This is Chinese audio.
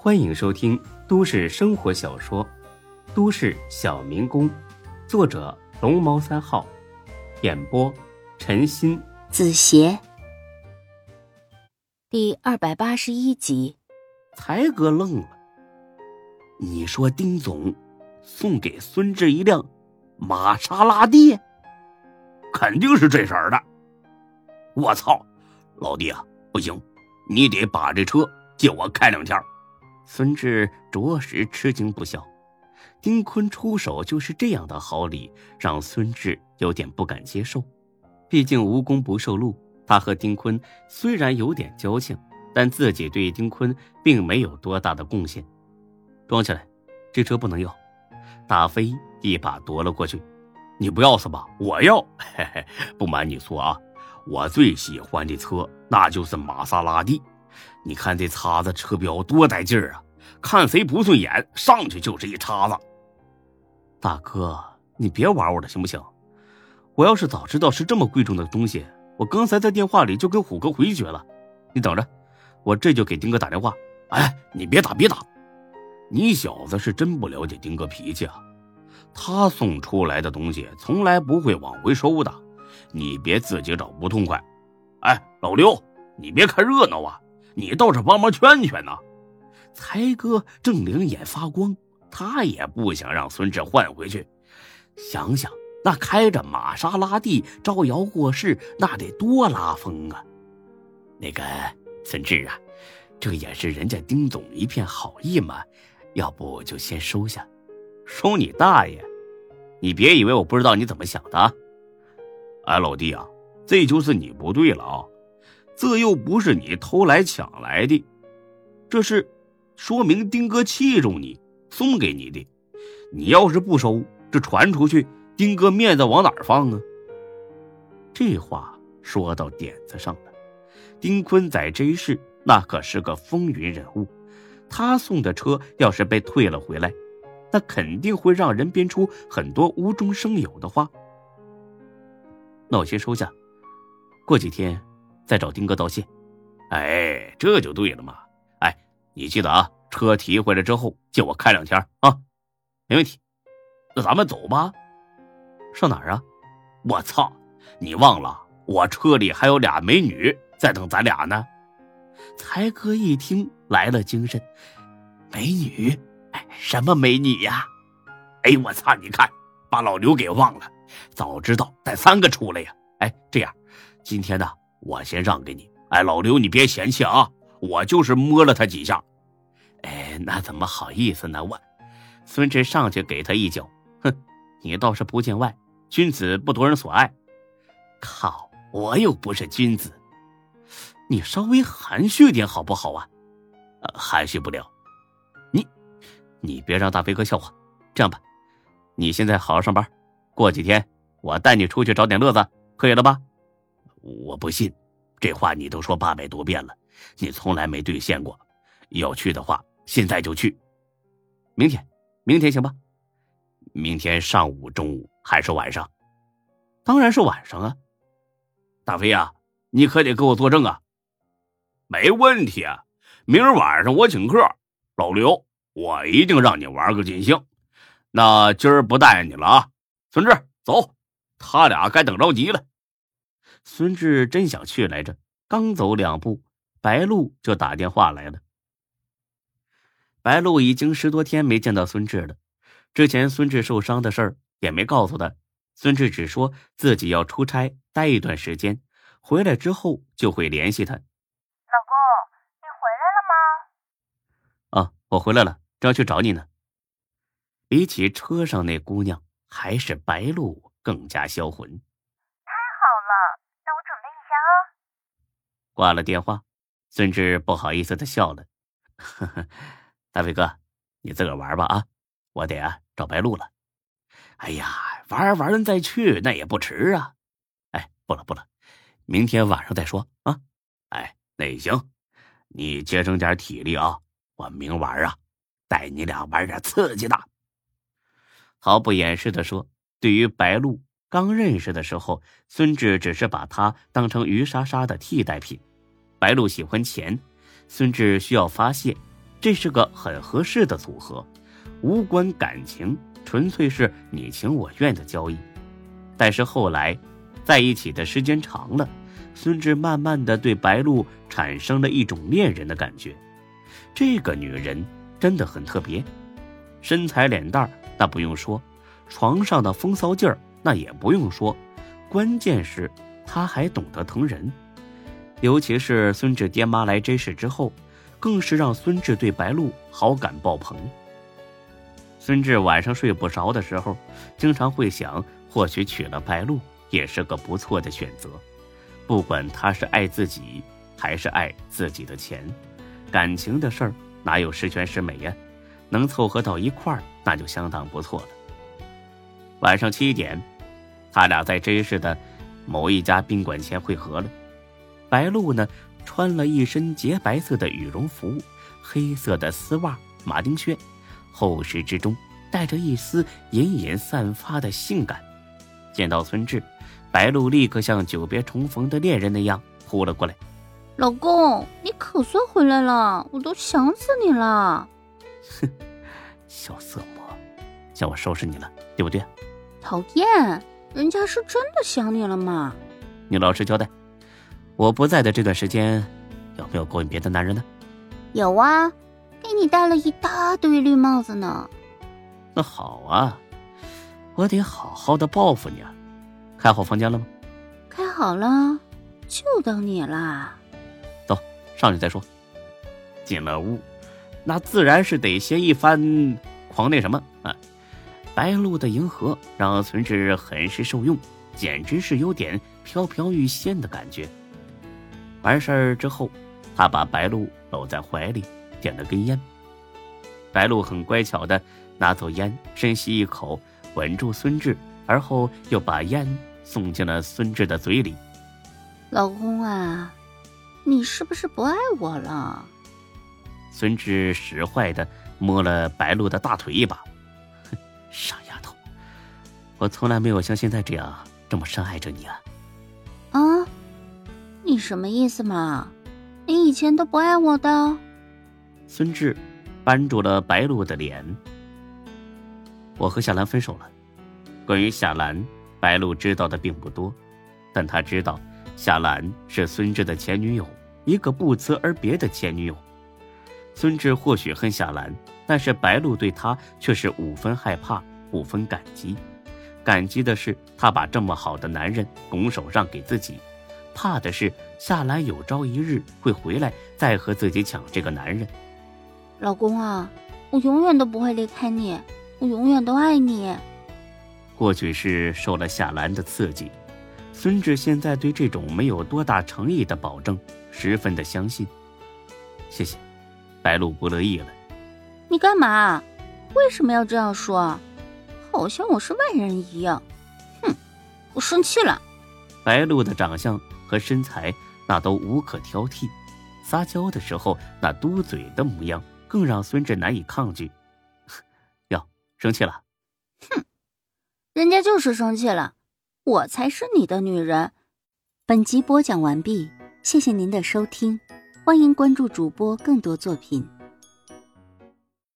欢迎收听都市生活小说《都市小民工》，作者龙猫3号，演播陈鑫、 子邪。第281集。 才哥愣了，你说丁总送给孙志一辆玛莎拉蒂？ 肯定是这色儿的。我操，老弟啊，不行，你得把这车借我开2天。 孙志着实吃惊不小，丁坤出手就是这样的好礼，让孙志有点不敢接受。毕竟无功不受禄，他和丁坤虽然有点交情，但自己对丁坤并没有多大的贡献。装起来，这车不能要。大飞一把夺了过去。 你不要是吧？我要。嘿嘿，不瞒你说啊，我最喜欢的车那就是玛莎拉蒂。你看这叉子车标多带劲儿啊，看谁不顺眼上去就是一叉子。 大哥，你别玩我了行不行？我要是早知道是这么贵重的东西，我刚才在电话里就跟虎哥回绝了。你等着，我这就给丁哥打电话。 哎，你别打，你小子是真不了解丁哥脾气啊，他送出来的东西从来不会往回收的，你别自己找不痛快。哎，老刘，你别看热闹啊，你倒是帮忙劝劝呐。 才哥正两眼发光，他也不想让孙志换回去。想想那开着玛莎拉蒂招摇过市，那得多拉风啊。那个孙志啊，这也是人家丁总一片好意嘛，要不就先收下。收你大爷，你别以为我不知道你怎么想的啊。 哎，老弟啊，这就是你不对了啊，这又不是你偷来抢来的，这是说明丁哥器重你，送给你的。你要是不收，这传出去，丁哥面子往哪儿放啊？ 这话说到点子上了。丁坤在这一世那可是个风云人物，他送的车要是被退了回来，那肯定会让人编出很多无中生有的话。那我先收下，过几天再找丁哥道谢。 哎，这就对了嘛。哎，你记得啊，车提回来之后借我开2天啊。 没问题。 那咱们走吧。 上哪儿啊？ 我操，你忘了我车里还有俩美女在等咱俩呢。 才哥一听来了精神。美女？什么美女呀？ 哎，我操，你看把老刘给忘了，早知道带3个出来呀。哎，这样今天呢我先让给你。哎，老刘你别嫌弃啊，我就是摸了他几下。 哎，那怎么好意思呢？孙志上去给他一脚。哼，你倒是不见外，君子不夺人所爱。靠，我又不是君子，你稍微含蓄点好不好啊？ 含蓄不了。 你别让大飞哥笑话。这样吧，你现在好好上班，过几天我带你出去找点乐子，可以了吧？ 我不信，这话你都说800多遍了，你从来没兑现过。要去的话现在就去。 明天行吧？ 明天上午、中午还是晚上？ 当然是晚上啊。 大飞啊，你可得给我作证啊。没问题啊，明儿晚上我请客，老刘我一定让你玩个尽兴。那今儿不带你了啊，孙志走，他俩该等着急了。 孙志真想去来着，刚走2步，白露就打电话来了。白露已经10多天没见到孙志了，之前孙志受伤的事儿也没告诉他，孙志只说自己要出差待一段时间，回来之后就会联系他。 老公，你回来了吗？ 啊，我回来了，正要去找你呢。比起车上那姑娘，还是白露更加销魂。 太好了，那我准备一下啊。 挂了电话，孙志不好意思的笑了。呵呵，大飞哥，你自个儿玩吧啊，我得找白露了。 哎呀，玩完再去那也不迟啊。 哎，不了，明天晚上再说啊。 哎，那也行，你节省点体力啊，我明晚啊带你俩玩点刺激的。 毫不掩饰地说，对于白露，刚认识的时候，孙志只是把她当成于莎莎的替代品。白露喜欢钱，孙志需要发泄， 这是个很合适的组合，无关感情，纯粹是你情我愿的交易。但是后来在一起的时间长了，孙志慢慢的对白露产生了一种恋人的感觉。这个女人真的很特别，身材脸蛋那不用说，床上的风骚劲儿那也不用说，关键是她还懂得疼人。尤其是孙志爹妈来这事之后，更是让孙志对白露好感爆棚。孙志晚上睡不着的时候，经常会想，或许娶了白露也是个不错的选择。不管他是爱自己还是爱自己的钱，感情的事儿哪有十全十美呀？能凑合到一块儿那就相当不错了。晚上7点，他俩在真市的某一家宾馆前会合了。白露呢，穿了一身洁白色的羽绒服，黑色的丝袜、马丁靴，厚实之中带着一丝隐隐散发的性感。见到孙志，白露立刻像久别重逢的恋人那样扑了过来。 老公，你可算回来了，我都想死你了。 哼，小色魔，叫我收拾你了，对不对？ 讨厌，人家是真的想你了嘛。 你老实交代，我不在的这段时间有没有勾引别的男人呢？ 有啊，给你戴了一大堆绿帽子呢。 那好啊，我得好好的报复你啊。开好房间了吗？ 开好了，就等你啦。 走，上去再说。进了屋，那自然是得先一番狂那什么啊。白露的迎合让孙志很是受用，简直是有点飘飘欲仙的感觉。完事儿之后，他把白露搂在怀里，点了根烟。白露很乖巧的拿走烟，深吸一口，吻住孙志，而后又把烟送进了孙志的嘴里。 老公啊，你是不是不爱我了？ 孙志使坏的摸了白露的大腿一把。哼，傻丫头，我从来没有像现在这样这么深爱着你啊。 啊，你什么意思嘛？你以前都不爱我的？ 孙志扳住了白露的脸。我和夏兰分手了。关于夏兰，白露知道的并不多，但他知道夏兰是孙志的前女友，一个不辞而别的前女友。孙志或许恨夏兰，但是白露对他却是5分害怕，5分感激。感激的是他把这么好的男人拱手让给自己，怕的是夏兰有朝一日会回来再和自己抢这个男人。 老公啊，我永远都不会离开你，我永远都爱你。 或许是受了夏兰的刺激，孙志现在对这种没有多大诚意的保证十分的相信。谢谢。白露不乐意了。 你干嘛？为什么要这样说？好像我是外人一样。哼，我生气了。 白露的长相和身材那都无可挑剔，撒娇的时候那嘟嘴的模样更让孙志难以抗拒。哟，生气了？ 哼，人家就是生气了，我才是你的女人。本集播讲完毕，谢谢您的收听，欢迎关注主播更多作品。